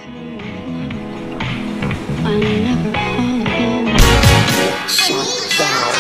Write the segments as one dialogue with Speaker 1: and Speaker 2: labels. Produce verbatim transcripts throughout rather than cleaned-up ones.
Speaker 1: I'll never fall again. Shut down.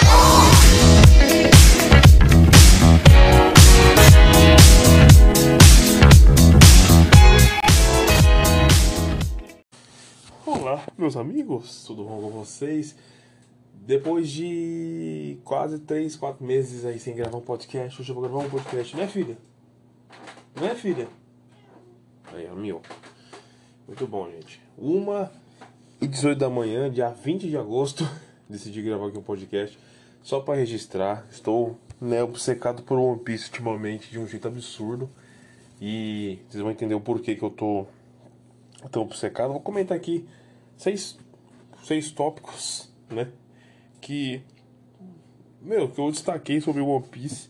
Speaker 2: Olá, meus amigos, tudo bom com vocês? Depois de quase três, quatro meses aí sem gravar um podcast, hoje eu vou gravar um podcast, né, filha? Não é, filha? Aí, amigo. Muito bom, gente. Uma e dezoito da manhã, dia vinte de agosto, decidi gravar aqui um podcast só pra registrar. Estou, né, obcecado por One Piece ultimamente de um jeito absurdo. E vocês vão entender o porquê que eu tô tão obcecado. Vou comentar aqui seis, seis tópicos, né? Que, meu, que eu destaquei sobre o One Piece.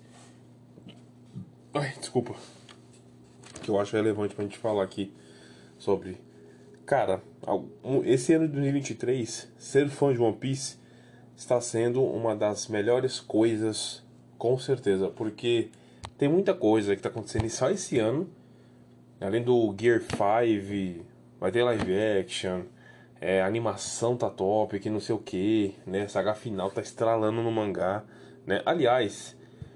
Speaker 2: Ai, desculpa. Que eu acho relevante pra gente falar aqui sobre. Cara, esse ano de dois mil e vinte e três, ser fã de One Piece está sendo uma das melhores coisas, com certeza, porque tem muita coisa que tá acontecendo só esse ano. Além do Gear cinco, vai ter live action, é, a animação tá top, que não sei o que, né? Saga final tá estralando no mangá, né? Aliás,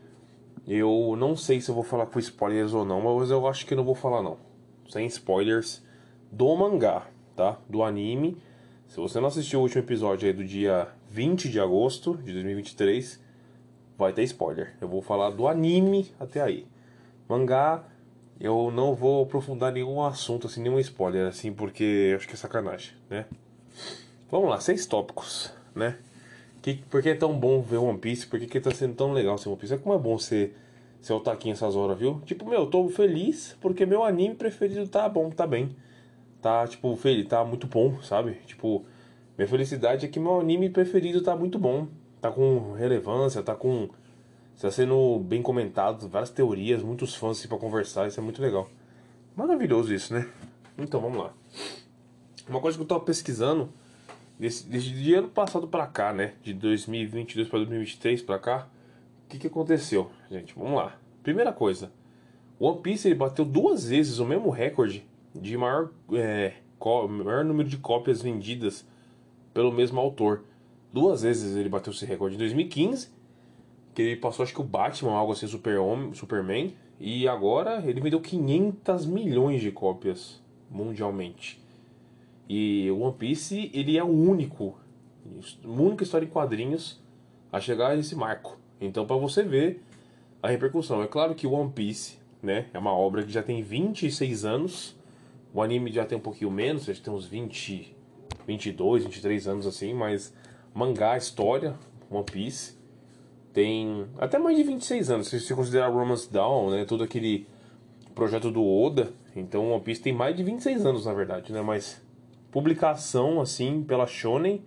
Speaker 2: eu não sei se eu vou falar com spoilers ou não, mas eu acho que não vou falar não. Sem spoilers do mangá, tá? Do anime. Se você não assistiu o último episódio aí do dia vinte de agosto de dois mil e vinte e três, vai ter spoiler. Eu vou falar do anime até aí. Mangá, eu não vou aprofundar nenhum assunto, assim, nenhum spoiler, assim, porque eu acho que é sacanagem, né? Vamos lá, seis tópicos, né? Que, por que é tão bom ver One Piece? Por que, que tá sendo tão legal ser One Piece? É como é bom ser, ser otaquinho essas horas, viu? Tipo, meu, eu tô feliz porque meu anime preferido tá bom, tá bem. Tá, tipo, feliz, tá muito bom, sabe? Tipo, minha felicidade é que meu anime preferido tá muito bom. Tá com relevância, tá com... Está sendo bem comentado, várias teorias, muitos fãs assim, pra conversar, isso é muito legal. Maravilhoso isso, né? Então, vamos lá. Uma coisa que eu tava pesquisando, desde, desde ano passado pra cá, né? De dois mil e vinte e dois pra dois mil e vinte e três pra cá, o que que aconteceu, gente? Vamos lá. Primeira coisa, o One Piece ele bateu duas vezes o mesmo recorde de maior, é, có- maior número de cópias vendidas pelo mesmo autor. Duas vezes ele bateu esse recorde. Em dois mil e quinze, que ele passou, acho que o Batman, algo assim, Super Homem, Superman. E agora ele vendeu quinhentos milhões de cópias mundialmente. E o One Piece, ele é o único, a única história em quadrinhos a chegar a esse marco. Então, pra você ver a repercussão. É claro que o One Piece, né, é uma obra que já tem vinte e seis anos. O anime já tem um pouquinho menos, já tem uns vinte, vinte e dois, vinte e três anos assim. Mas mangá, história, One Piece tem até mais de vinte e seis anos. Se você considerar Romance Dawn, né, todo aquele projeto do Oda. Então One Piece tem mais de vinte e seis anos, na verdade, né? Mas publicação, assim, pela Shonen,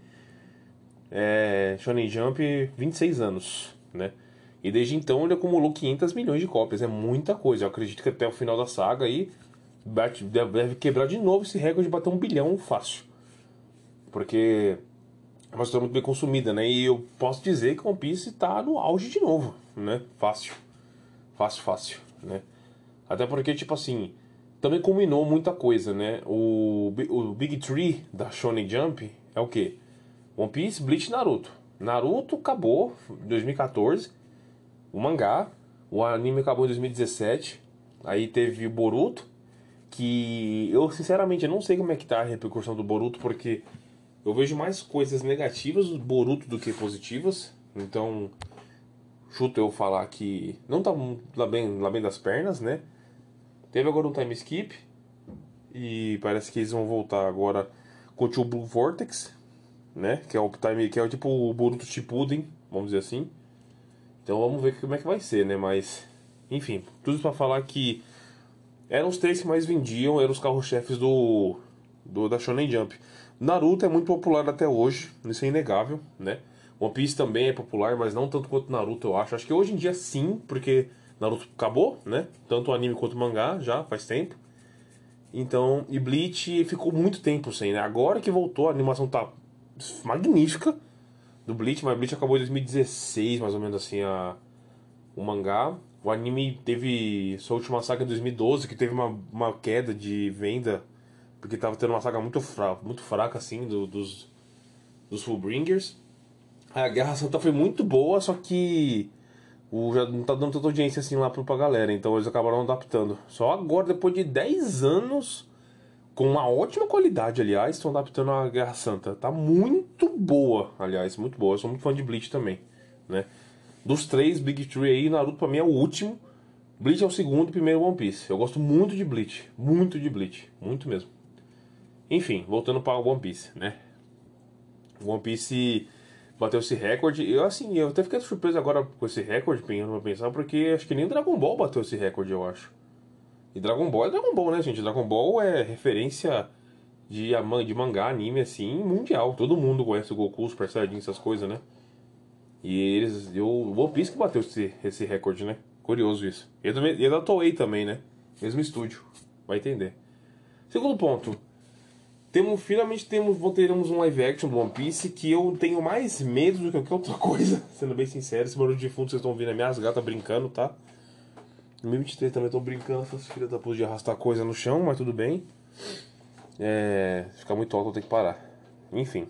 Speaker 2: é, Shonen Jump, vinte e seis anos, né? E desde então ele acumulou quinhentos milhões de cópias. É muita coisa. Eu acredito que até o final da saga aí bate, deve quebrar de novo esse recorde de bater um bilhão fácil. Porque é uma história muito bem consumida, né? E eu posso dizer que One Piece tá no auge de novo, né? Fácil. Fácil, fácil, né? Até porque, tipo assim, também combinou muita coisa, né? O, o Big Three da Shonen Jump é o quê? One Piece, Bleach e Naruto. Naruto acabou em dois mil e quatorze, o mangá. O anime acabou em dois mil e dezessete. Aí teve o Boruto, que eu sinceramente eu não sei como é que tá a repercussão do Boruto, porque eu vejo mais coisas negativas do Boruto do que positivas. Então, chuto eu falar que não tá lá bem, lá bem das pernas, né? Teve agora um time skip e parece que eles vão voltar agora com o Blue Vortex, né? Que é o time, que é o tipo o Boruto Shippuden, vamos dizer assim. Então vamos ver como é que vai ser, né? Mas enfim, tudo pra falar que eram os três que mais vendiam, eram os carros-chefes do, do da Shonen Jump. Naruto é muito popular até hoje, isso é inegável, né? One Piece também é popular, mas não tanto quanto Naruto, eu acho. Acho que hoje em dia sim, porque Naruto acabou, né? Tanto o anime quanto o mangá, já faz tempo. Então, e Bleach ficou muito tempo sem, né? Agora que voltou, a animação tá magnífica do Bleach, mas Bleach acabou em dois mil e dezesseis, mais ou menos assim, a, o mangá. O anime teve sua última saga em dois mil e doze, que teve uma, uma queda de venda porque tava tendo uma saga muito fraca, muito fraca assim, do, dos, dos Fullbringers. A Guerra Santa foi muito boa, só que o, já não tá dando tanta audiência assim lá pra galera, então eles acabaram adaptando. Só agora, depois de dez anos, com uma ótima qualidade, aliás, estão adaptando a Guerra Santa. Tá muito boa, aliás, muito boa. Eu sou muito fã de Bleach também, né? Dos três Big Three aí, Naruto pra mim é o último. Bleach é o segundo, primeiro One Piece. Eu gosto muito de Bleach, muito de Bleach, muito mesmo. Enfim, voltando para One Piece, né? One Piece bateu esse recorde. Eu, assim, eu até fiquei surpreso agora com esse recorde, pra pensar, porque acho que nem Dragon Ball bateu esse recorde, eu acho. E Dragon Ball é Dragon Ball, né, gente? Dragon Ball é referência de, de mangá, anime, assim, mundial. Todo mundo conhece o Goku, o Super Saiyajin, essas coisas, né? E eles... Eu, o One Piece que bateu esse, esse recorde, né? Curioso isso. E é da Toei também, né? Mesmo estúdio. Vai entender. Segundo ponto. Temos, finalmente temos, teremos um live action do One Piece que eu tenho mais medo do que qualquer outra coisa. Sendo bem sincero, esse barulho de fundo vocês estão ouvindo é minhas gatas brincando, tá? Em dois mil e vinte e três também estão brincando essas filhas da puta de arrastar coisa no chão, mas tudo bem. É, se ficar muito alto eu tenho que parar. Enfim.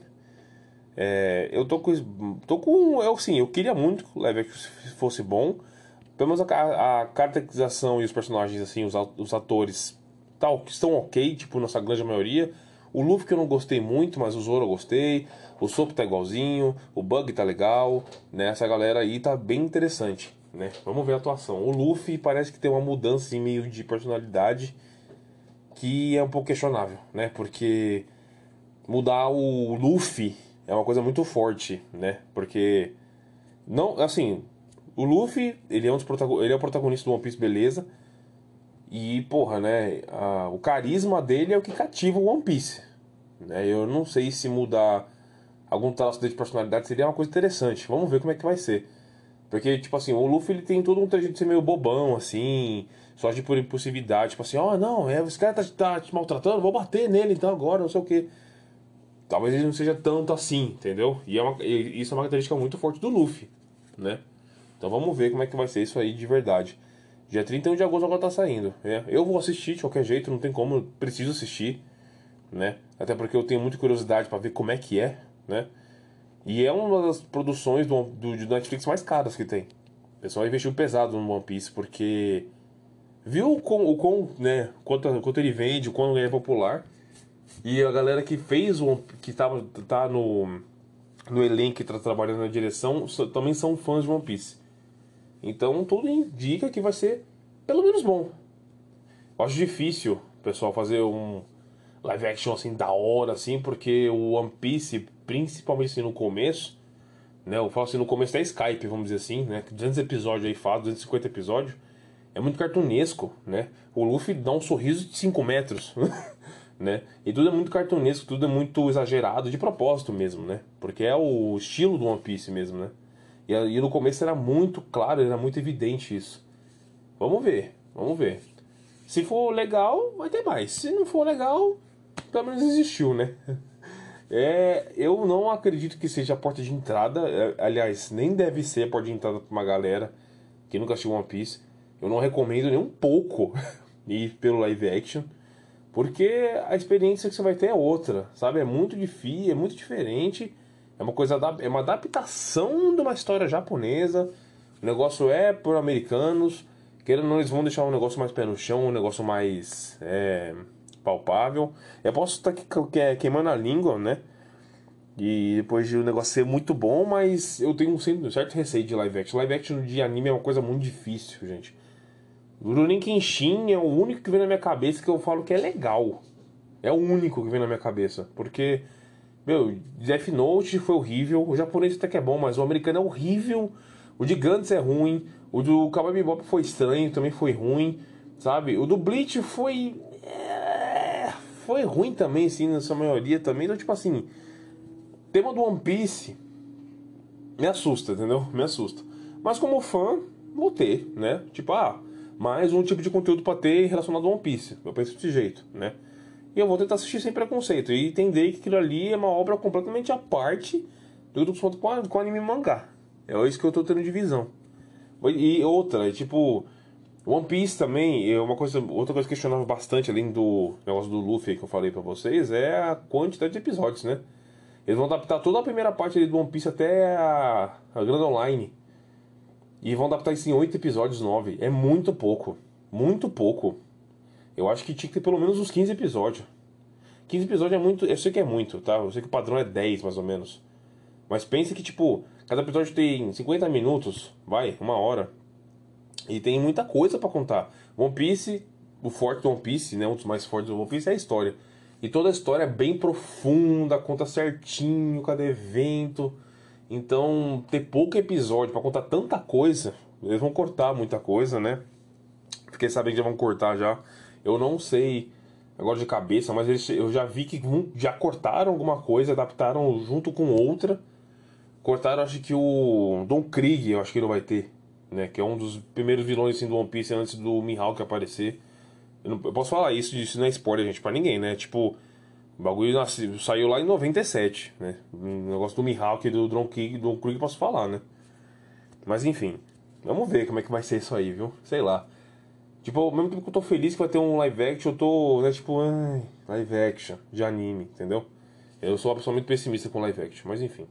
Speaker 2: É, eu tô com... Tô com... Eu, sim, eu queria muito que o live action fosse bom. Pelo menos a, a caracterização e os personagens, assim, os, os atores tal, que estão ok, tipo, nossa grande maioria. O Luffy que eu não gostei muito, mas o Zoro eu gostei. O Sop tá igualzinho, o Bug tá legal, né? Essa galera aí tá bem interessante, né? Vamos ver a atuação. O Luffy parece que tem uma mudança assim, meio de personalidade que é um pouco questionável, né? Porque mudar o Luffy é uma coisa muito forte, né? Porque não, assim, o Luffy, ele é um dos protagon... ele é o protagonista do One Piece, beleza? E, porra, né, a... o carisma dele é o que cativa o One Piece, né? Eu não sei se mudar algum traço dele de personalidade seria uma coisa interessante. Vamos ver como é que vai ser. Porque, tipo assim, o Luffy ele tem todo um trejeito de ser meio bobão, assim, só de por impulsividade. Tipo assim, ó, oh, não, é, esse cara tá, tá te maltratando, vou bater nele então agora, não sei o que. Talvez ele não seja tanto assim, entendeu? E, é uma, e isso é uma característica muito forte do Luffy, né? Então vamos ver como é que vai ser isso aí de verdade. Dia trinta e um de agosto agora tá saindo, né? Eu vou assistir de qualquer jeito, não tem como, eu preciso assistir, né? Até porque eu tenho muita curiosidade pra ver como é que é, né? E é uma das produções do, do, do Netflix mais caras que tem. O pessoal investiu pesado no One Piece, porque viu o quão, o quão, né, quanto, quanto ele vende, o quanto ele é popular. E a galera que fez, o que tava, tá no, no elenco, que tá trabalhando na direção, também são fãs de One Piece. Então tudo indica que vai ser pelo menos bom. Eu acho difícil, pessoal, fazer um live action assim da hora, assim, porque o One Piece, principalmente assim no começo, né? Eu falo assim, no começo da Skype, vamos dizer assim, né? duzentos episódios aí, fala, duzentos e cinquenta episódios, é muito cartunesco, né? O Luffy dá um sorriso de cinco metros, né? E tudo é muito cartunesco, tudo é muito exagerado, de propósito mesmo, né? Porque é o estilo do One Piece mesmo, né? E, e no começo era muito claro, era muito evidente isso. Vamos ver, vamos ver. Se for legal, vai ter mais. Se não for legal, pelo menos existiu, né? É, eu não acredito que seja a porta de entrada. É, aliás, nem deve ser a porta de entrada para uma galera que nunca assistiu One Piece. Eu não recomendo nem um pouco ir pelo live action, porque a experiência que você vai ter é outra, sabe? É muito difícil, é muito diferente. É uma coisa, é uma adaptação de uma história japonesa. O negócio é por americanos. Querendo ou não, eles vão deixar um negócio mais pé no chão, um negócio mais é, palpável. Eu posso estar queimando a língua, né? E depois de o negócio ser muito bom, mas eu tenho um certo receio de live action. Live action de anime é uma coisa muito difícil, gente. O Rurouni Kenshin é o único que vem na minha cabeça que eu falo que é legal. É o único que vem na minha cabeça. Porque, meu, Death Note foi horrível. O japonês até que é bom, mas o americano é horrível. O de Gantz é ruim. O do Cowboy Bebop foi estranho, também foi ruim, sabe? O do Bleach foi... É, foi ruim também, assim, na sua maioria também. Então, tipo assim, tema do One Piece me assusta, entendeu? Me assusta. Mas como fã, vou ter, né? Tipo, ah, mais um tipo de conteúdo pra ter relacionado ao One Piece. Eu penso desse jeito, né? E eu vou tentar assistir sem preconceito. E entender que aquilo ali é uma obra completamente à parte do que eu tô com, com anime e mangá. É isso que eu tô tendo de visão. E outra, é tipo, One Piece também, é uma coisa, outra coisa que questionava bastante, além do negócio do Luffy que eu falei pra vocês, é a quantidade de episódios, né? Eles vão adaptar toda a primeira parte ali do One Piece até a, a Grand Online. E vão adaptar isso em oito episódios, nove. É muito pouco. Muito pouco. Eu acho que tinha que ter pelo menos uns quinze episódios. quinze episódios é muito. Eu sei que é muito, tá? Eu sei que o padrão é dez, mais ou menos. Mas pensa que, tipo, cada episódio tem cinquenta minutos, vai, uma hora. E tem muita coisa pra contar. One Piece, o forte do One Piece, né? Um dos mais fortes do One Piece é a história. E toda a história é bem profunda, conta certinho cada evento. Então, ter pouco episódio pra contar tanta coisa, eles vão cortar muita coisa, né? Fiquei sabendo que já vão cortar já. Eu não sei agora de cabeça, mas eles, eu já vi que já cortaram alguma coisa, adaptaram junto com outra. Cortaram, acho que o Don Krieg, eu acho que ele vai ter, né? Que é um dos primeiros vilões assim, do One Piece antes do Mihawk aparecer. Eu, não, eu posso falar isso, isso não é spoiler, gente, pra ninguém, né? Tipo, o bagulho nasceu, saiu lá em noventa e sete, né? O negócio do Mihawk e do Don Krieg, do Krieg posso falar, né? Mas enfim, vamos ver como é que vai ser isso aí, viu? Sei lá. Tipo, ao mesmo tempo que eu tô feliz que vai ter um live action, eu tô, né, tipo, ai, live action de anime, entendeu? Eu sou uma pessoa muito pessimista com live action, mas enfim.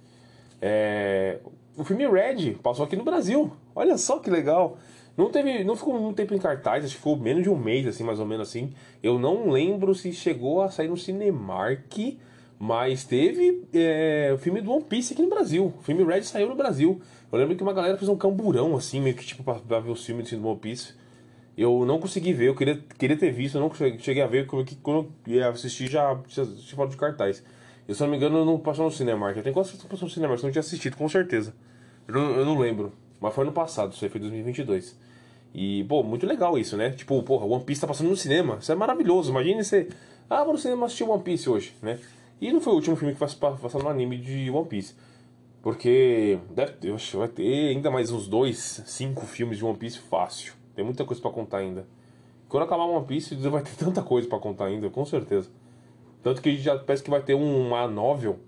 Speaker 2: É... O filme Red passou aqui no Brasil. Olha só que legal. Não teve, não ficou muito tempo em cartaz, acho que ficou menos de um mês, assim, mais ou menos assim. Eu não lembro se chegou a sair no Cinemark, mas teve é, o filme do One Piece aqui no Brasil. O filme Red saiu no Brasil. Eu lembro que uma galera fez um camburão, assim, meio que tipo pra, pra ver os filmes assim, do One Piece. Eu não consegui ver, eu queria, queria ter visto, eu não cheguei a ver, porque quando eu ia assistir já tinha falta de cartaz. Eu, se não me engano, não passou no Cinemark. Eu tenho quase certeza que passou no Cinemark, eu não tinha assistido, com certeza. Eu não, eu não lembro, mas foi ano passado, isso aí foi dois mil e vinte e dois. E, pô, muito legal isso, né? Tipo, porra, One Piece tá passando no cinema, isso é maravilhoso. Imagine você, ah, vou no cinema assistir One Piece hoje, né? E não foi o último filme que vai passar no anime de One Piece. Porque deve ter, eu acho que vai ter ainda mais uns dois, cinco filmes de One Piece fácil. Tem muita coisa pra contar ainda. Quando acabar One Piece, vai ter tanta coisa pra contar ainda, com certeza. Tanto que já parece que vai ter uma novel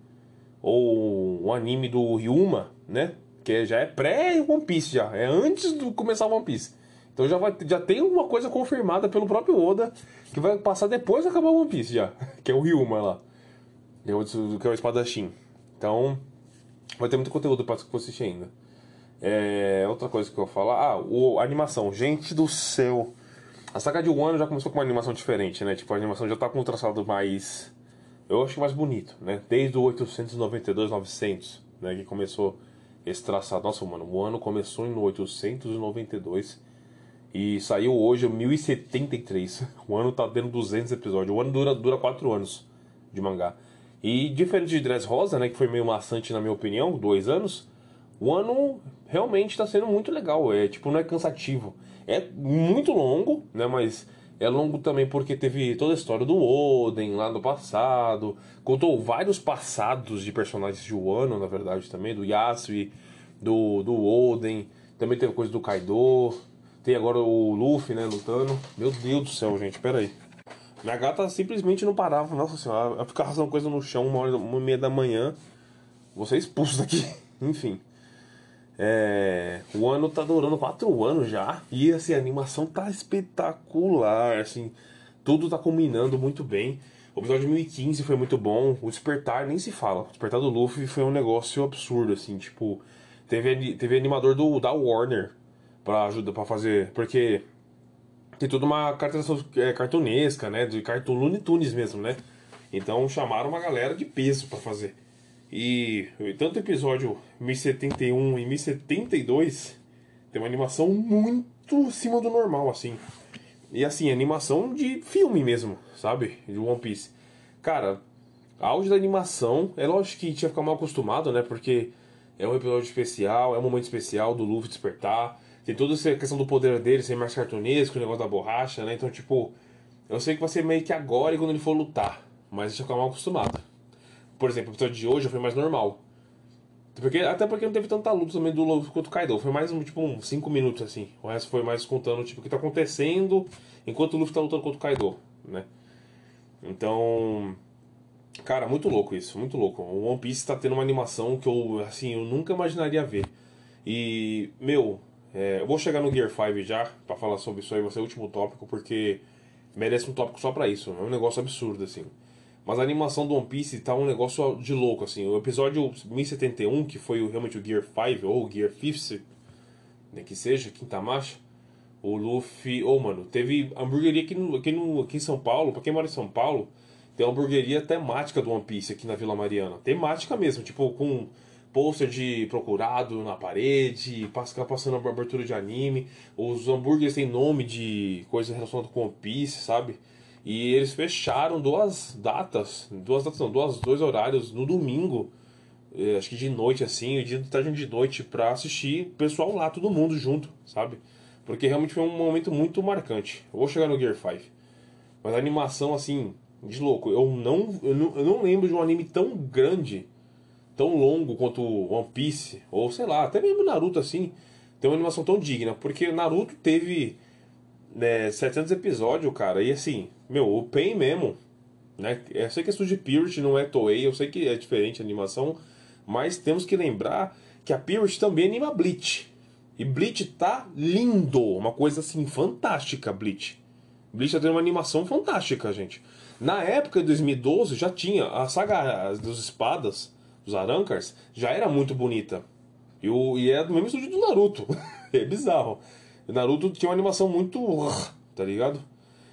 Speaker 2: ou um anime do Ryuma, né? Que já é pré-One Piece já, é antes de começar o One Piece. Então já, vai, já tem uma coisa confirmada pelo próprio Oda que vai passar depois de acabar o One Piece já, que é o Ryuma lá, que é o, que é o espadachim. Então vai ter muito conteúdo pra assistir ainda. É, outra coisa que eu vou falar, ah, o, a animação, gente do céu. A saga de Wano já começou com uma animação diferente, né? Tipo, a animação já tá com um traçado mais, eu acho mais bonito, né? Desde o oitocentos e noventa e dois, novecentos, né? Que começou esse traçado. Nossa, mano, o ano começou em oitocentos e noventa e dois e saiu hoje em mil e setenta e três. O ano tá tendo duzentos episódios. O ano dura, dura quatro anos de mangá. E diferente de Dressrosa, né? Que foi meio maçante na minha opinião, dois anos. O ano realmente tá sendo muito legal. É tipo, não é cansativo. É muito longo, né? Mas é longo também porque teve toda a história do Oden lá no passado. Contou vários passados de personagens de Wano, na verdade, também. Do Yasui, do, do Oden. Também teve coisa do Kaido. Tem agora o Luffy, né, lutando. Meu Deus do céu, gente, pera aí. Minha gata simplesmente não parava. Nossa senhora, ela ficava fazendo coisa no chão uma hora, uma e meia da manhã. Vou ser expulso daqui. Enfim. É, o ano tá durando quatro anos já. E assim, a animação tá espetacular. Assim, tudo tá combinando muito bem. O episódio de mil e quinze foi muito bom. O Despertar nem se fala. O Despertar do Luffy foi um negócio absurdo, assim, tipo. Teve, teve animador do, da Warner pra ajudar pra fazer. Porque tem toda uma caracterização é, cartunesca, né? De cartoon Looney Tunes mesmo, né? Então chamaram uma galera de peso pra fazer. E tanto o episódio mil e setenta e um e mil e setenta e dois tem uma animação muito acima do normal, assim. E assim, animação de filme mesmo, sabe? De One Piece. Cara, auge da animação, é lógico que tinha que ficar mal acostumado, né? Porque é um episódio especial, é um momento especial do Luffy despertar. Tem toda essa questão do poder dele ser mais cartunesco, o negócio da borracha, né? Então, tipo, eu sei que vai ser meio que agora e quando ele for lutar. Mas tinha que ficar mal acostumado. Por exemplo, o episódio de hoje foi mais normal. Porque, até porque não teve tanta luta também do Luffy quanto do Kaido. Foi mais um, tipo, uns cinco minutos, assim. O resto foi mais contando, tipo, o que tá acontecendo enquanto o Luffy tá lutando contra o Kaido, né? Então... Cara, muito louco isso, muito louco. O One Piece tá tendo uma animação que eu, assim, eu nunca imaginaria ver. E, meu, É, eu vou chegar no Gear cinco já, pra falar sobre isso aí, vai ser o último tópico, porque merece um tópico só pra isso, é um negócio absurdo, assim. Mas a animação do One Piece tá um negócio de louco, assim. O episódio mil e setenta e um, que foi o- realmente o Gear cinco, ou o Gear cinco, né, que seja, quinta marcha, o Luffy... Ô, mano, teve hamburgueria aqui, no, aqui, no, aqui em São Paulo, pra quem mora em São Paulo, tem uma hamburgueria temática do One Piece aqui na Vila Mariana. Temática mesmo, tipo, com pôster de procurado na parede, ficar passando a abertura de anime. Os hambúrgueres têm nome de coisa relacionada com One Piece, sabe? E eles fecharam duas datas, duas datas não, duas, dois horários no domingo, eh, acho que de noite assim, o dia de tarde e de noite, pra assistir o pessoal lá, todo mundo junto, sabe? Porque realmente foi um momento muito marcante. Eu vou chegar no Gear cinco. Mas a animação, assim, de louco. Eu não, eu não, eu não lembro de um anime tão grande, tão longo quanto One Piece, ou sei lá, até mesmo Naruto, assim, tem uma animação tão digna. Porque Naruto teve, né, setecentos episódios, cara, e assim, meu, o Pain mesmo, né? Eu sei que é Studio Pierrot, não é Toei, eu sei que é diferente a animação, mas temos que lembrar que a Pierrot também anima Bleach. E Bleach tá lindo, uma coisa assim fantástica, Bleach. Bleach tá tendo uma animação fantástica, gente. Na época de dois mil e doze já tinha a saga dos espadas, dos Arancars, já era muito bonita. E, o, e é do mesmo estúdio do Naruto. É bizarro. O Naruto tinha uma animação muito, tá ligado?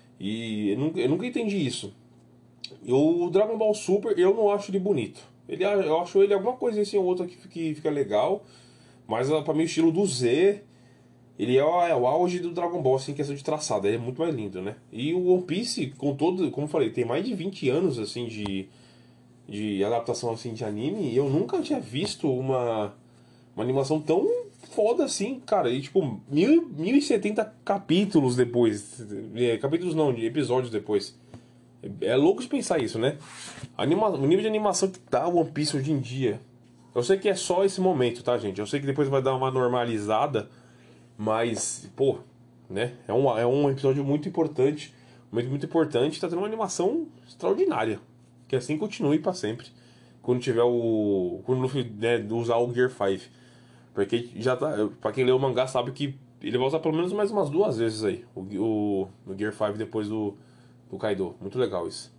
Speaker 2: E eu nunca, eu nunca entendi isso. E o Dragon Ball Super, eu não acho ele bonito. Ele, eu acho ele alguma coisa assim ou outra que, que fica legal. Mas pra mim o estilo do Z, ele é o, é o auge do Dragon Ball assim, em questão de traçado. Ele é muito mais lindo, né? E o One Piece, com todo, como eu falei, tem mais de vinte anos assim de, de adaptação assim de anime. E eu nunca tinha visto uma, uma animação tão foda assim, cara. E tipo, mil, mil e setenta capítulos depois. É, capítulos não, de episódios depois. É louco de pensar isso, né? Anima... O nível de animação que tá o One Piece hoje em dia. Eu sei que é só esse momento, tá, gente? Eu sei que depois vai dar uma normalizada, mas, pô, né? É um, é um episódio muito importante. Muito, muito importante. Tá tendo uma animação extraordinária. Que assim continue pra sempre. Quando tiver o. Quando o Luffy, né, usar o Gear cinco. Porque já tá. Pra quem lê o mangá sabe que ele vai usar pelo menos mais umas duas vezes aí. O, o, o Gear cinco depois do. Do Kaido. Muito legal isso.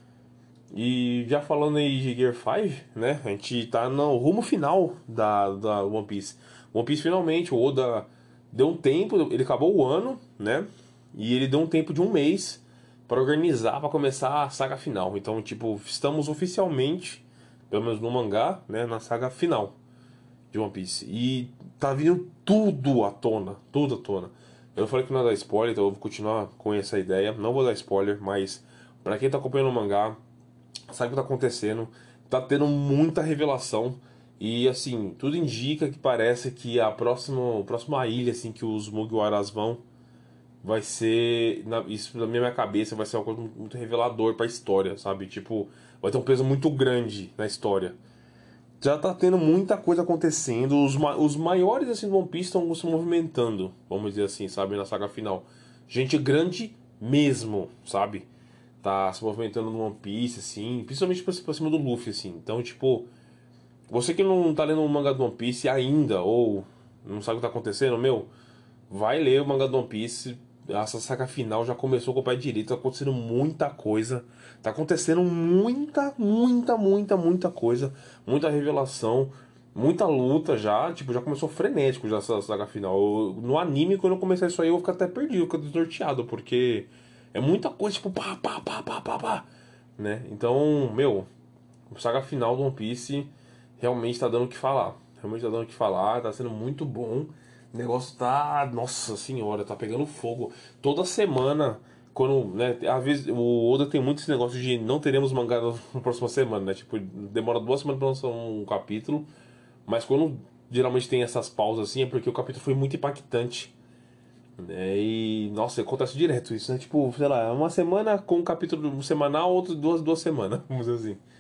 Speaker 2: E já falando aí de Gear cinco, né? A gente tá no rumo final da, da One Piece. One Piece finalmente, o Oda deu um tempo, ele acabou o ano, né? E ele deu um tempo de um mês para organizar, para começar a saga final. Então, tipo, estamos oficialmente, pelo menos no mangá, né? Na saga final de One Piece. E tá vindo tudo à tona, tudo à tona. Eu falei que não ia dar spoiler, então eu vou continuar com essa ideia. Não vou dar spoiler, mas pra quem tá acompanhando o mangá, sabe o que tá acontecendo. Tá tendo muita revelação. E assim, tudo indica que parece que a próxima, a próxima ilha assim, que os Mugiwaras vão vai ser. Na, isso na minha cabeça vai ser uma coisa muito revelador pra história, sabe? Tipo, vai ter um peso muito grande na história. Já tá tendo muita coisa acontecendo. Os, ma os maiores assim do One Piece estão se movimentando, vamos dizer assim, sabe, na saga final. Gente grande mesmo, sabe? Tá se movimentando no One Piece, assim, principalmente pra, pra cima do Luffy, assim. Então, tipo, você que não tá lendo o mangá do One Piece ainda, ou não sabe o que tá acontecendo, meu, vai ler o mangá do One Piece. Essa saga final já começou com o pé direito, tá acontecendo muita coisa. Tá acontecendo muita, muita, muita, muita coisa. Muita revelação, muita luta já. Tipo, já começou frenético já essa saga final. Eu- no anime, quando eu começar isso aí, eu vou ficar até perdido, ficar desnorteado, porque é muita coisa, tipo, pá, pá, pá, pá, pá, pá, né? Então, meu, saga final do One Piece realmente tá dando o que falar. Realmente tá dando o que falar, tá sendo muito bom. O negócio tá, nossa senhora, tá pegando fogo. Toda semana, quando, né, às vezes o Oda tem muito esse negócio de não teremos mangá na próxima semana, né? Tipo, demora duas semanas pra lançar um capítulo, mas quando geralmente tem essas pausas assim é porque o capítulo foi muito impactante, né? E, nossa, acontece direto isso, né? Tipo, sei lá, uma semana com um capítulo semanal, outro duas, duas semanas, vamos dizer assim.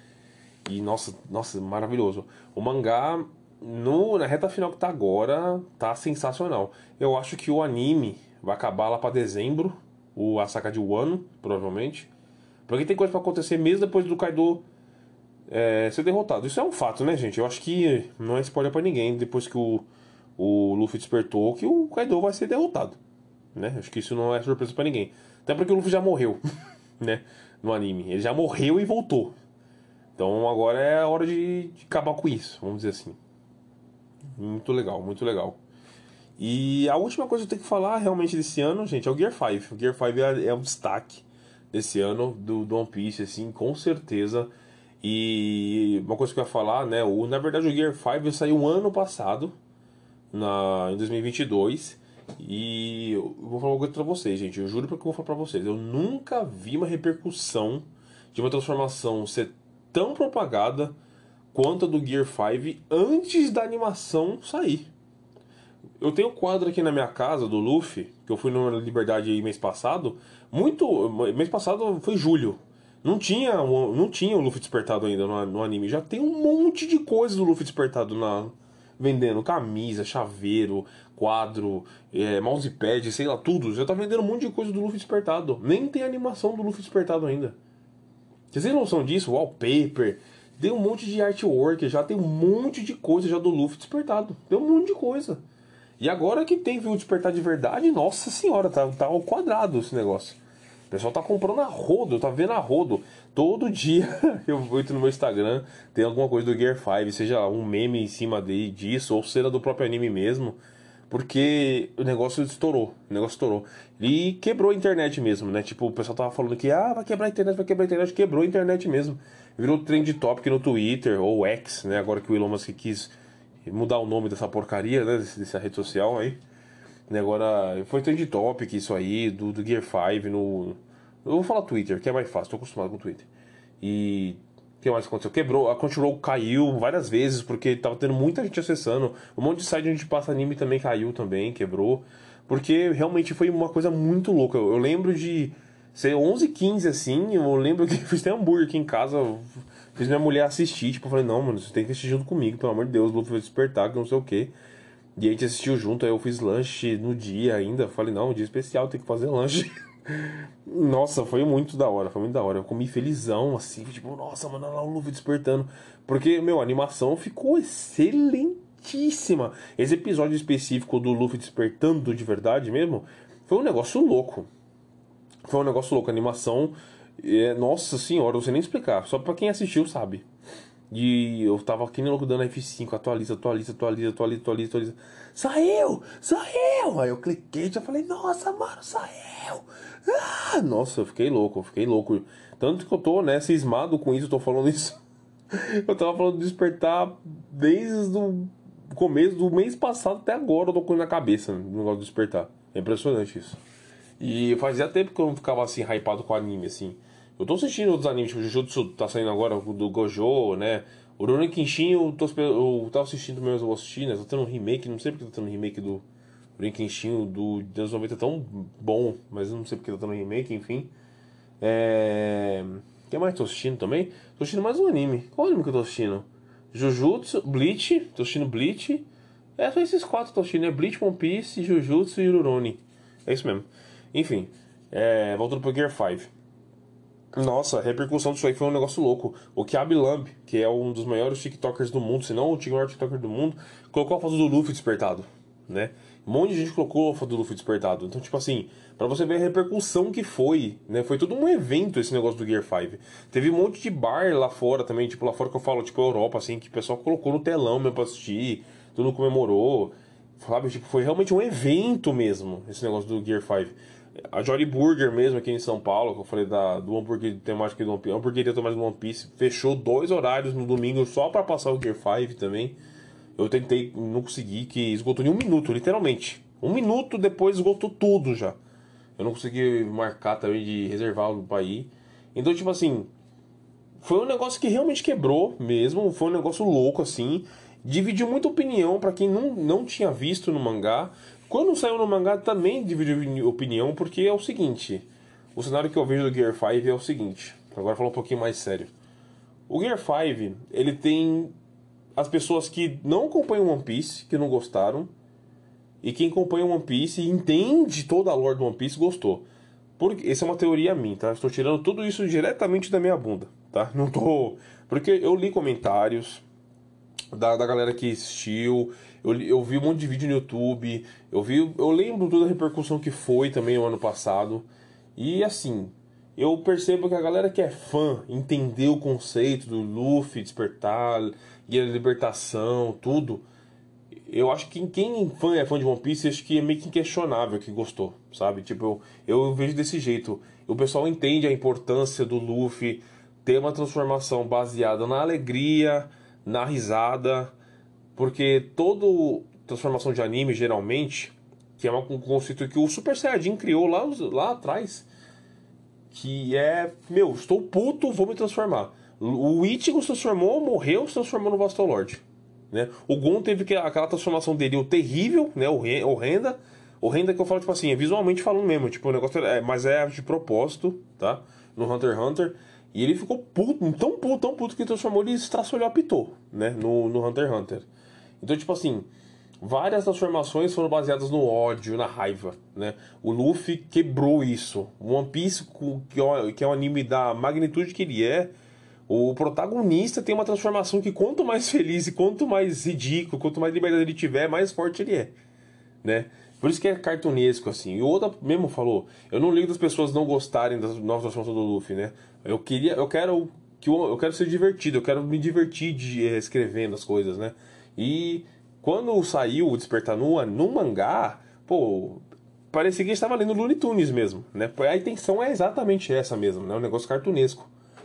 Speaker 2: E nossa, nossa, maravilhoso. O mangá, no, na reta final que tá agora, tá sensacional. Eu acho que o anime vai acabar lá pra dezembro, o, a saga de Wano, provavelmente. Porque tem coisa pra acontecer mesmo depois do Kaido é, ser derrotado. Isso é um fato, né, gente? Eu acho que não é spoiler pra ninguém. Depois que o, o Luffy despertou que o Kaido vai ser derrotado, né? Acho que isso não é surpresa pra ninguém. Até porque o Luffy já morreu, né? No anime. Ele já morreu e voltou. Então agora é a hora de, de acabar com isso, vamos dizer assim. Muito legal, muito legal. E a última coisa que eu tenho que falar realmente desse ano, gente, é o Gear cinco. O Gear cinco é, é um destaque desse ano do, do One Piece, assim, com certeza. E uma coisa que eu ia falar, né? O, na verdade o Gear cinco saiu ano passado, na, em dois mil e vinte e dois. E eu vou falar uma coisa pra vocês, gente. Eu juro porque eu vou falar pra vocês. Eu nunca vi uma repercussão de uma transformação ser tão propagada quanto a do Gear cinco antes da animação sair. Eu tenho um quadro aqui na minha casa do Luffy, que eu fui na Liberdade aí mês passado. Muito. Mês passado foi julho. Não tinha, não tinha o Luffy despertado ainda no, no anime. Já tem um monte de coisa do Luffy despertado na, vendendo. Camisa, chaveiro, quadro, é, mousepad, sei lá, tudo. Já tá vendendo um monte de coisa do Luffy despertado. Nem tem animação do Luffy despertado ainda. Vocês têm noção disso? Wallpaper. Tem um monte de artwork, já tem um monte de coisa já do Luffy despertado. Tem um monte de coisa. E agora que tem viu despertar de verdade, nossa senhora, tá, tá ao quadrado esse negócio. O pessoal tá comprando a rodo, tá vendo a rodo. Todo dia eu entro no meu Instagram, tem alguma coisa do Gear cinco, seja um meme em cima de, disso, ou seja do próprio anime mesmo. Porque o negócio estourou, o negócio estourou. E quebrou a internet mesmo, né? Tipo, o pessoal tava falando que, ah, vai quebrar a internet, vai quebrar a internet. Quebrou a internet mesmo. Virou trend topic no Twitter, ou X, né? Agora que o Elon Musk quis mudar o nome dessa porcaria, né, dessa rede social aí. E agora foi trend topic isso aí, do, do Gear cinco no... Eu vou falar Twitter, que é mais fácil, tô acostumado com o Twitter. E... o que mais aconteceu? Quebrou, a Crunchyroll caiu várias vezes, porque tava tendo muita gente acessando. Um monte de site onde passa anime também caiu também, quebrou. Porque realmente foi uma coisa muito louca. Eu, eu lembro de ser onze, quinze assim, eu lembro que fiz até hambúrguer aqui em casa, fiz minha mulher assistir, tipo, eu falei, não, mano, você tem que assistir junto comigo, pelo amor de Deus, o Luffy vai despertar, que não sei o que. E a gente assistiu junto, aí eu fiz lanche no dia ainda, falei, não, um dia especial, tem que fazer lanche. Nossa, foi muito da hora, foi muito da hora. Eu comi felizão, assim, tipo, nossa, mano, olha lá o Luffy despertando. Porque, meu, a animação ficou excelentíssima. Esse episódio específico do Luffy despertando de verdade mesmo, foi um negócio louco. Foi um negócio louco, a animação, é, nossa senhora, não sei nem explicar, só pra quem assistiu sabe. E eu tava aqui no louco dando F cinco, atualiza, atualiza, atualiza, atualiza, atualiza, atualiza. Saiu! Saiu! Aí eu cliquei e já falei, nossa, mano, saiu! Ah, nossa, eu fiquei louco, eu fiquei louco. Tanto que eu tô, né, cismado com isso, eu tô falando isso. Eu tava falando de despertar desde o começo do mês passado até agora, eu tô com ele na cabeça, no negócio de despertar. É impressionante isso. E fazia tempo que eu não ficava assim, hypado com anime, assim. Eu tô assistindo outros animes, tipo o Jujutsu tá saindo agora, do Gojo, né? O Rurouni Kenshin eu, tô, eu tava assistindo mesmo, eu vou assistir, né? Tá tendo um remake, não sei porque tá tendo um remake do Rurouni Kenshin, do anos noventa tão bom, mas eu não sei porque tá tendo um remake, enfim. É... O que mais tô assistindo também? Tô assistindo mais um anime. Qual anime que eu tô assistindo? Jujutsu, Bleach, tô assistindo Bleach. É, só esses quatro que eu tô assistindo, é Bleach, One Piece, Jujutsu e Rurouni. É isso mesmo. Enfim, é... voltando pro Gear cinco. Nossa, a repercussão disso aí foi um negócio louco. O Kiabi Lamb, que é um dos maiores tiktokers do mundo, se não o maior tiktoker do mundo, colocou a foto do Luffy despertado, né? Um monte de gente colocou a foto do Luffy despertado. Então, tipo assim, pra você ver a repercussão que foi, né? Foi todo um evento esse negócio do Gear cinco. Teve um monte de bar lá fora também, tipo, lá fora que eu falo, tipo, Europa, assim, que o pessoal colocou no telão mesmo pra assistir, todo mundo comemorou, sabe? Tipo, foi realmente um evento mesmo, esse negócio do Gear cinco. A Jory Burger mesmo aqui em São Paulo, que eu falei da, do hambúrguer temática do One Piece, hambúrgueria temática do One Piece, fechou dois horários no domingo só pra passar o Gear cinco também. Eu tentei, não consegui, que esgotou em um minuto, literalmente. Um minuto depois esgotou tudo já. Eu não consegui marcar também de reservar pra ir. Então, tipo assim, foi um negócio que realmente quebrou mesmo, foi um negócio louco assim. Dividiu muita opinião pra quem não, não tinha visto no mangá. Quando saiu no mangá também dividiu opinião, porque é o seguinte, o cenário que eu vejo do Gear cinco é o seguinte, agora falar um pouquinho mais sério. O Gear cinco, ele tem as pessoas que não acompanham One Piece, que não gostaram, e quem acompanha One Piece e entende toda a lore do One Piece gostou. Porque, essa é uma teoria minha, tá? Estou tirando tudo isso diretamente da minha bunda, tá? Não tô... Porque eu li comentários da, da galera que assistiu, Eu, eu vi um monte de vídeo no YouTube, eu vi, eu lembro toda a repercussão que foi também no ano passado. E assim, eu percebo que a galera que é fã entendeu o conceito do Luffy despertar, Guia da Libertação, tudo. Eu acho que quem fã é fã de One Piece, acho que é meio que inquestionável que gostou, sabe? Tipo, eu, eu vejo desse jeito. O pessoal entende a importância do Luffy ter uma transformação baseada na alegria, na risada, porque toda transformação de anime, geralmente, que é um conceito que o Super Saiyajin criou lá, lá atrás, que é, meu, estou puto, vou me transformar. O Ichigo se transformou, morreu, se transformou no Bastolord. Né? O Gon teve que, aquela transformação dele, o terrível, né? horrenda. Horrenda que eu falo, tipo assim, é visualmente falando mesmo. Tipo, o negócio é, mas é de propósito, tá? No Hunter x Hunter. E ele ficou puto, tão puto, tão puto que ele transformou, ele estraçalhou a Pitou, né? No, no Hunter x Hunter. Então, tipo assim, várias transformações foram baseadas no ódio, na raiva, né? O Luffy quebrou isso. O One Piece, que é um anime da magnitude que ele é, o protagonista tem uma transformação que quanto mais feliz e quanto mais ridículo, quanto mais liberdade ele tiver, mais forte ele é, né? Por isso que é cartunesco, assim. E o Oda mesmo falou, eu não ligo das pessoas não gostarem das novas transformações do Luffy, né? Eu queria, eu quero que eu, eu quero ser divertido, eu quero me divertir de, eh, escrevendo as coisas, né? E quando saiu o Despertar no, no mangá, pô, parecia que a gente estava lendo Looney Tunes mesmo, né? A intenção é exatamente essa mesmo, né? Um negócio cartunesco.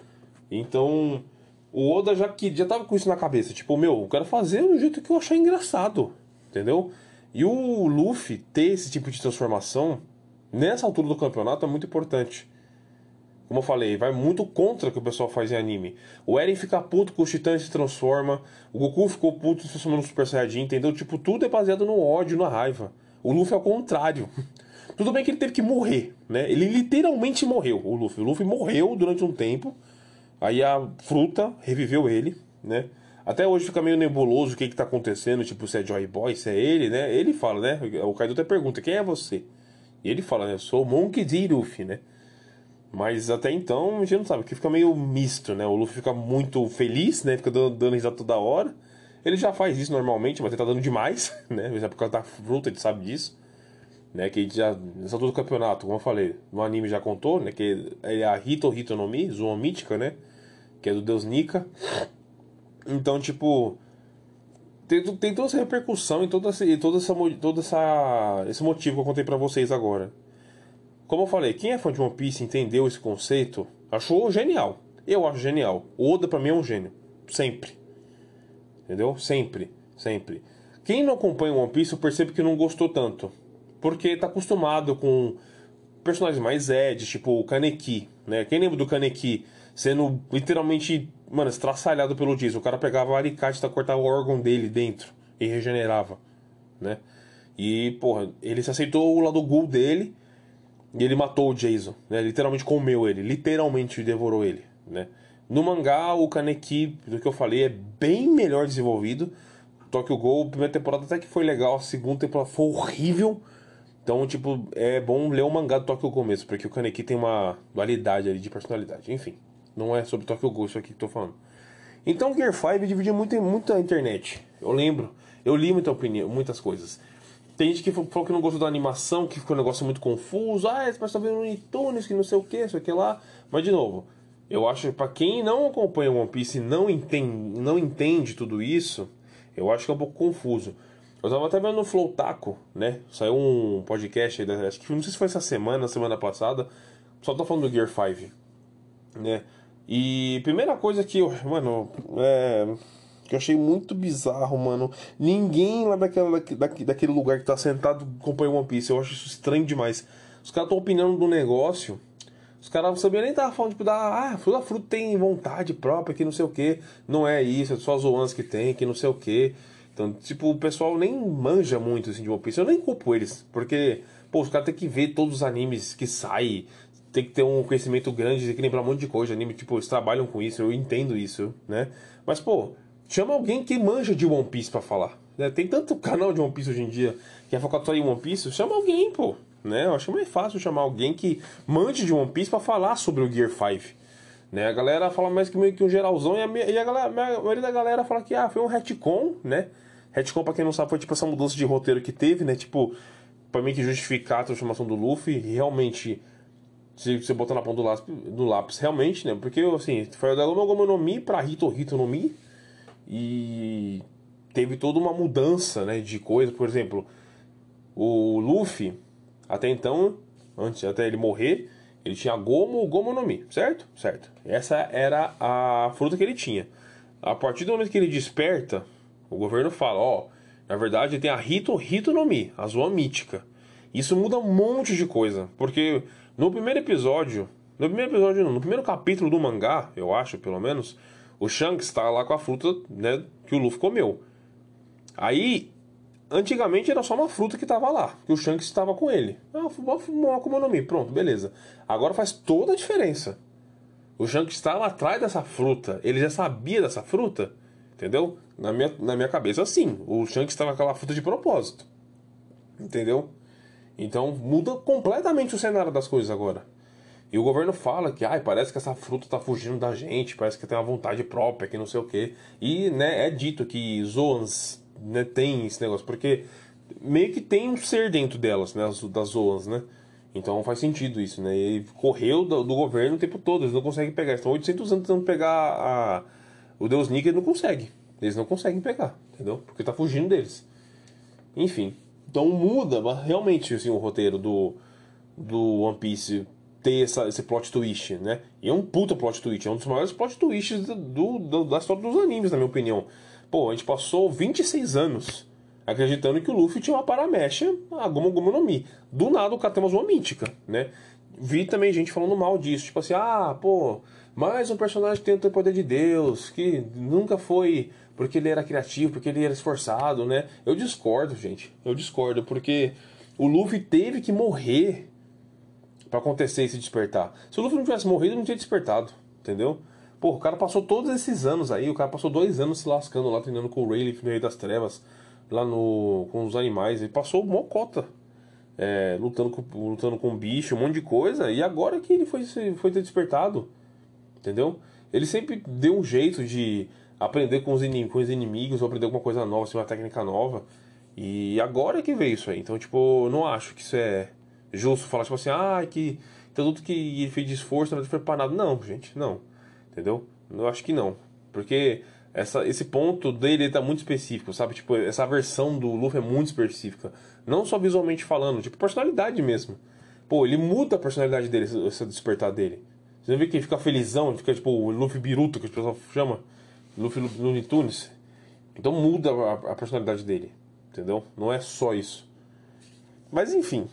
Speaker 2: Então, o Oda já, que, já tava com isso na cabeça. Tipo, meu, eu quero fazer do jeito que eu achar engraçado. Entendeu? E o Luffy ter esse tipo de transformação, nessa altura do campeonato, é muito importante. Como eu falei, vai muito contra o que o pessoal faz em anime. O Eren fica puto com os titãs se transforma. O Goku ficou puto se transformando no Super Saiyajin, entendeu? Tipo, tudo é baseado no ódio, na raiva. O Luffy é o contrário. Tudo bem que ele teve que morrer, né? Ele literalmente morreu, o Luffy. O Luffy morreu durante um tempo. Aí a fruta reviveu ele, né? Até hoje fica meio nebuloso o que que tá acontecendo, tipo, se é Joy Boy, se é ele, né? Ele fala, né? O Kaido até pergunta, quem é você? E ele fala, né? Eu sou o Monkey D. Luffy, né? Mas até então, a gente não sabe, porque fica meio misto, né? O Luffy fica muito feliz, né? Fica dando, dando risada toda hora. Ele já faz isso normalmente, mas ele tá dando demais, né? Mas é por causa da fruta, ele sabe disso. Né, que já, nessa altura do campeonato, como eu falei, no anime já contou, né? Que é a Hito Hito no Mi, Zoa Mítica, né? Que é do deus Nika. Então, tipo, tem, tem toda essa repercussão e toda essa, toda essa, toda essa, esse motivo que eu contei pra vocês agora. Como eu falei, quem é fã de One Piece entendeu esse conceito, achou genial. Eu acho genial. O Oda pra mim é um gênio. Sempre. Entendeu? Sempre. Sempre. Quem não acompanha One Piece, eu percebo que não gostou tanto. Porque tá acostumado com personagens mais Ed, tipo o Kaneki, né? Quem lembra do Kaneki sendo literalmente, mano, estraçalhado pelo Jason? O cara pegava o alicate e cortava o órgão dele dentro e regenerava, né? E, porra, ele se aceitou o lado ghoul dele e ele matou o Jason, né? Literalmente comeu ele, literalmente devorou ele, né? No mangá, o Kaneki, do que eu falei, é bem melhor desenvolvido. Tokyo Ghoul, a primeira temporada até que foi legal, a segunda temporada foi horrível. Então, tipo, é bom ler o mangá do Tokyo Ghoul mesmo, porque o Kaneki tem uma dualidade ali de personalidade. Enfim, não é sobre Tokyo Ghoul isso aqui que eu tô falando. Então, Gear cinco dividia muito, muito a internet. Eu lembro, eu li muita opinião, muitas coisas. Tem gente que falou que não gostou da animação, que ficou um negócio muito confuso. Ah, esse parece que tá vendo Looney Tunes, que não sei o que, isso aqui lá. Mas, de novo, eu acho que pra quem não acompanha One Piece e não entende, não entende tudo isso, eu acho que é um pouco confuso. Eu tava até vendo no Flow Taco, né? Saiu um podcast aí, acho que não sei se foi essa semana, semana passada. Só tô falando do Gear cinco, né? E primeira coisa que eu, mano, é, que eu achei muito bizarro, mano. Ninguém lá daquela, daqui, daquele lugar que tá sentado acompanha One Piece. Eu acho isso estranho demais. Os caras tão opinando do negócio. Os caras não sabiam nem estar falando, tipo, da, ah, a fruta tem vontade própria, que não sei o que. Não é isso, é só as Zoans que tem, que não sei o que. Então, tipo, o pessoal nem manja muito assim, de One Piece. Eu nem culpo eles, porque, pô, os caras têm que ver todos os animes que saem, tem que ter um conhecimento grande, tem que lembrar um monte de coisa. Anime, tipo, eles trabalham com isso, eu entendo isso, né? Mas, pô, chama alguém que manja de One Piece pra falar. Né? Tem tanto canal de One Piece hoje em dia que é focado só em One Piece, chama alguém, pô. Né? Eu acho mais fácil chamar alguém que manje de One Piece pra falar sobre o Gear cinco. Né? A galera fala mais que meio que um geralzão, e a, e a, galera, a maioria da galera fala que ah, foi um retcon, né? Retcon, pra quem não sabe, foi tipo essa mudança de roteiro que teve, né? Tipo, pra mim que justificar a transformação do Luffy, realmente, se você botar na ponta do lápis, do lápis realmente, né? Porque, assim, foi da Gomu Gomu no Mi pra Hito Hito no Mi, e teve toda uma mudança, né, de coisa. Por exemplo, o Luffy, até então, antes até ele morrer, ele tinha Gomu Gomu no Mi, certo? Certo. Essa era a fruta que ele tinha. A partir do momento que ele desperta, o governo fala, ó, na verdade tem a Hito Hito no Mi, a Zoa Mítica. Isso muda um monte de coisa, porque no primeiro episódio, no primeiro episódio não, no primeiro capítulo do mangá, eu acho, pelo menos, o Shanks tá lá com a fruta, né, que o Luffy comeu. Aí, antigamente era só uma fruta que tava lá, que o Shanks estava com ele. Ah, uma Akuma no Mi, pronto, beleza. Agora faz toda a diferença. O Shanks estava atrás dessa fruta, ele já sabia dessa fruta, entendeu? Na minha, na minha cabeça, sim, o Shanks estava com aquela fruta de propósito, entendeu? Então muda completamente o cenário das coisas agora. E o governo fala que, ai, parece que essa fruta tá fugindo da gente, parece que tem uma vontade própria, que não sei o quê. E, né, é dito que Zoans, né, tem esse negócio, porque meio que tem um ser dentro delas, né, das Zoans, né? Então faz sentido isso, né? E correu do, do governo o tempo todo, eles não conseguem pegar. Eles estão oitocentos anos tentando pegar a, o Deus Nika e não consegue. Eles não conseguem pegar, entendeu? Porque tá fugindo deles. Enfim, então muda realmente assim, o roteiro do, do One Piece ter essa, esse plot twist, né? E é um puta plot twist, é um dos maiores plot twists do, do, da história dos animes, na minha opinião. Pô, a gente passou vinte e seis anos acreditando que o Luffy tinha uma paramecha, a Gomu Gomu no Mi. Do nada o cara tem uma Zoa Mítica, né? Vi também gente falando mal disso, tipo assim, ah, pô, mais um personagem que tem o poder de Deus, que nunca foi porque ele era criativo, porque ele era esforçado, né? Eu discordo, gente, eu discordo, porque o Luffy teve que morrer pra acontecer esse despertar. Se o Luffy não tivesse morrido, ele não tinha despertado, entendeu? Pô, o cara passou todos esses anos aí, o cara passou dois anos se lascando lá, treinando com o Rayleigh no Rei das Trevas, lá no, com os animais, ele passou mocota, é, lutando, com, lutando com bicho, um monte de coisa, e agora que ele foi, foi ter despertado, entendeu? Ele sempre deu um jeito de aprender com os, inim, com os inimigos, ou aprender alguma coisa nova, assim, uma técnica nova, e agora que veio isso aí. Então, tipo, eu não acho que isso é justo falar, tipo assim, ah, que tudo que ele fez de esforço não foi para nada. Não, gente, não, entendeu? Eu acho que não, porque Essa, esse ponto dele tá muito específico, sabe? Tipo, essa versão do Luffy é muito específica. Não só visualmente falando, tipo, personalidade mesmo. Pô, ele muda a personalidade dele, esse despertar dele. Você não vê que ele fica felizão, ele fica tipo o Luffy Biruto, que o pessoal chama. Luffy Looney Tunes. Então muda a, a personalidade dele, entendeu? Não é só isso. Mas enfim.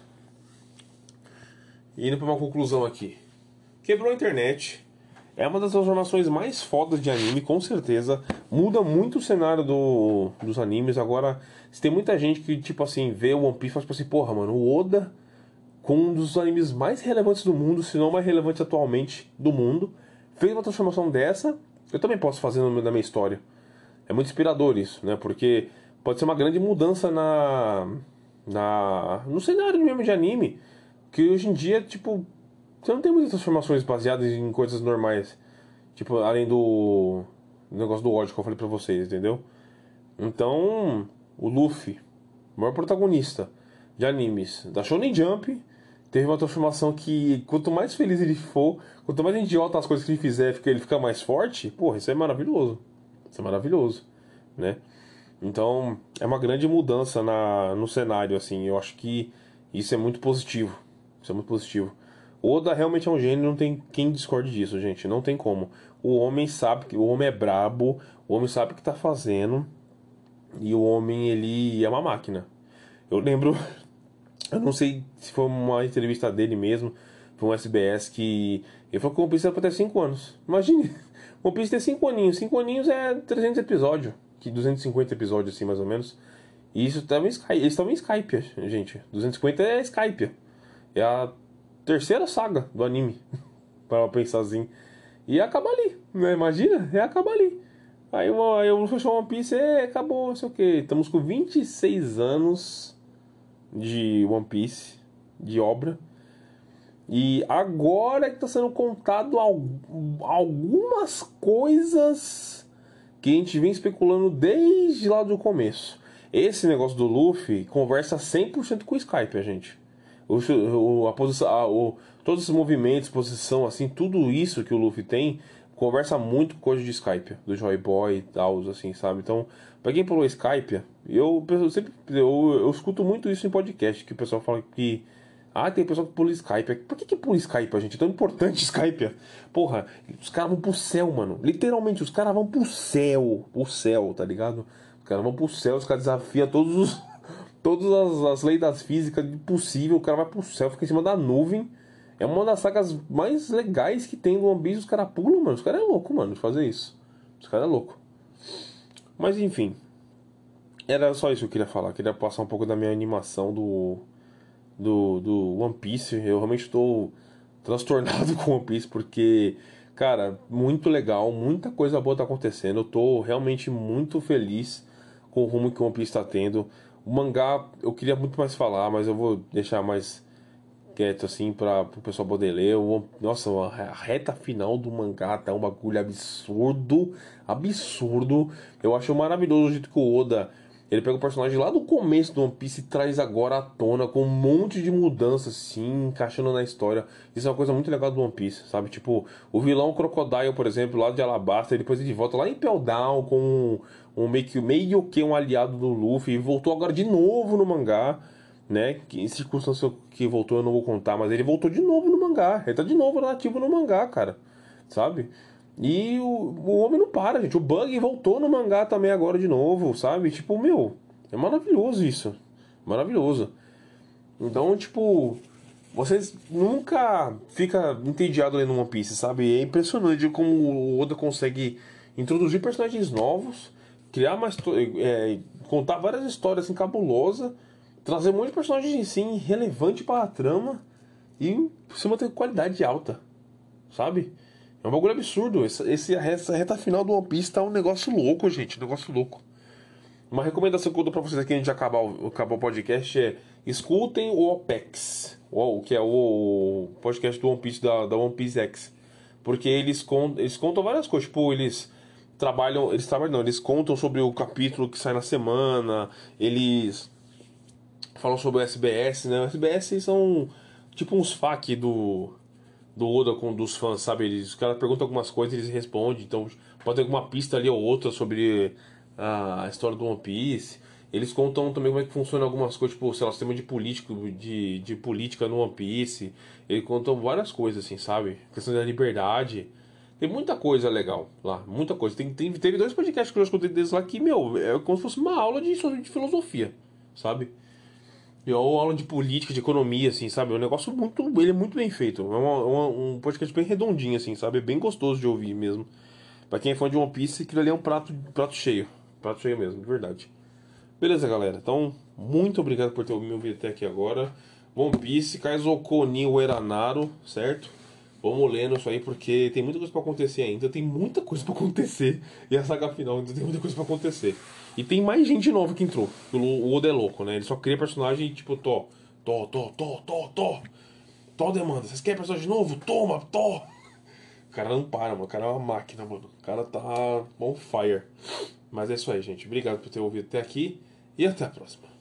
Speaker 2: Indo pra uma conclusão aqui. Quebrou a internet. É uma das transformações mais fodas de anime, com certeza. Muda muito o cenário do, dos animes. Agora, se tem muita gente que, tipo assim, vê o One Piece e fala tipo assim, porra, mano, o Oda, com um dos animes mais relevantes do mundo, se não mais relevante atualmente do mundo, fez uma transformação dessa. Eu também posso fazer na minha história. É muito inspirador isso, né? Porque pode ser uma grande mudança na, na no cenário mesmo de anime, que hoje em dia, tipo, você não tem muitas transformações baseadas em coisas normais. Tipo, além do negócio do ódio que eu falei pra vocês, entendeu? Então, o Luffy, o maior protagonista de animes da Shonen Jump, teve uma transformação que, quanto mais feliz ele for, quanto mais idiota as coisas que ele fizer, ele fica mais forte. Porra, isso é maravilhoso. Isso é maravilhoso, né? Então, é uma grande mudança na, no cenário, assim. Eu acho que isso é muito positivo. Isso é muito positivo. O Oda realmente é um gênio, não tem quem discorde disso, gente. Não tem como. O homem sabe que o homem é brabo, o homem sabe o que tá fazendo, e o homem, ele é uma máquina. Eu lembro, eu não sei se foi uma entrevista dele mesmo, foi um S B S, que ele falou que o One Piece era pra ter cinco anos. Imagine, o One Piece ter cinco aninhos. cinco aninhos é trezentos episódios, que duzentos e cinquenta episódios assim, mais ou menos. E isso tava em Skype, eles estavam em Skype, gente. duzentos e cinquenta é Skype. É a terceira saga do anime, para pensar assim. E acaba ali, né? Imagina, é acabar ali. Aí, aí eu fechou One Piece e acabou, não sei o que. Estamos com vinte e seis anos de One Piece, de obra. E agora que está sendo contado algumas coisas que a gente vem especulando desde lá do começo. Esse negócio do Luffy conversa cem por cento com o Skype, a gente. O, o, a posição, a, o, todos esses movimentos, posição, assim, tudo isso que o Luffy tem, conversa muito com coisa de Skype, do Joy Boy e tal, assim, sabe? Então, pra quem pulou Skype, eu, eu sempre eu, eu escuto muito isso em podcast, que o pessoal fala que ah, tem pessoal que pula Skype. Por que que pula Skype, gente? É tão importante Skype. Porra, os caras vão pro céu, mano. Literalmente, os caras vão pro céu. Pro céu, tá ligado? Os caras vão pro céu, os caras desafiam todos os, todas as, as leis das físicas possível. O cara vai pro céu, fica em cima da nuvem. É uma das sagas mais legais que tem no One Piece. Os caras pulam, mano. Os caras é louco, mano, de fazer isso. Os caras é louco. Mas enfim. Era só isso que eu queria falar. Eu queria passar um pouco da minha animação do... Do, do One Piece. Eu realmente estou transtornado com One Piece porque, cara, muito legal, muita coisa boa tá acontecendo. Eu tô realmente muito feliz com o rumo que o One Piece está tendo. O mangá eu queria muito mais falar, mas eu vou deixar mais quieto assim para o pessoal poder ler. O, nossa, a reta final do mangá tá um bagulho absurdo, absurdo. Eu acho maravilhoso o jeito que o Oda, ele pega o personagem lá do começo do One Piece e traz agora à tona com um monte de mudanças, assim, encaixando na história. Isso é uma coisa muito legal do One Piece, sabe? Tipo, o vilão Crocodile, por exemplo, lá de Alabasta, e depois ele volta lá em Pell Down com um, um meio que meio que um aliado do Luffy, e voltou agora de novo no mangá, né? Que, em circunstâncias que voltou eu não vou contar, mas ele voltou de novo no mangá. Ele tá de novo nativo no mangá, cara, sabe? E o, o homem não para, gente. O Bug voltou no mangá também agora de novo, sabe? Tipo, meu, é maravilhoso isso. Maravilhoso. Então, tipo, vocês nunca fica entediado lendo One Piece, sabe? É impressionante como o Oda consegue introduzir personagens novos, criar mais, é, contar várias histórias assim cabulosas, trazer um monte de personagens assim relevante para a trama e por cima ter qualidade alta, sabe? É um bagulho absurdo. Essa, esse, essa reta final do One Piece tá um negócio louco, gente. Um negócio louco. Uma recomendação que eu dou pra vocês aqui antes de acabar o, acabar o podcast é: escutem o OPEX, o, que é o podcast do One Piece, da, da One Piece X. Porque eles, con, eles contam várias coisas. Tipo, eles trabalham. Eles trabalham, não, eles contam sobre o capítulo que sai na semana. Eles falam sobre o S B S, né? O S B S são tipo uns F A Q do. do Oda com dos fãs, sabe? Eles, os caras perguntam algumas coisas e eles respondem. Então pode ter alguma pista ali ou outra sobre a história do One Piece. Eles contam também como é que funciona algumas coisas, tipo, sei lá, o sistema de político, de, de política no One Piece. Eles contam várias coisas, assim, sabe? A questão da liberdade. Tem muita coisa legal lá, muita coisa. Tem, tem, teve dois podcasts que eu já escutei deles lá que, meu, é como se fosse uma aula de, de filosofia, sabe? Ou aula de política, de economia, assim, sabe? É um negócio muito. Ele é muito bem feito. É uma, uma, um podcast bem redondinho, assim, sabe? É bem gostoso de ouvir mesmo. Pra quem é fã de One Piece, aquilo ali é um prato, prato cheio. Prato cheio mesmo, de verdade. Beleza, galera. Então, muito obrigado por ter me ouvido até aqui agora. One Piece, Kaizoku ni Ueranaro, certo? Vamos lendo isso aí porque tem muita coisa pra acontecer ainda. Tem muita coisa pra acontecer. E a saga final ainda tem muita coisa pra acontecer. E tem mais gente nova que entrou. O Oda é louco, né? Ele só cria personagem tipo, tó, tó, tó, tó, tó, tó. Tó demanda. Vocês querem personagem novo? Toma, tó. O cara não para, mano. O cara é uma máquina, mano. O cara tá on fire. Mas é isso aí, gente. Obrigado por ter ouvido até aqui. E até a próxima.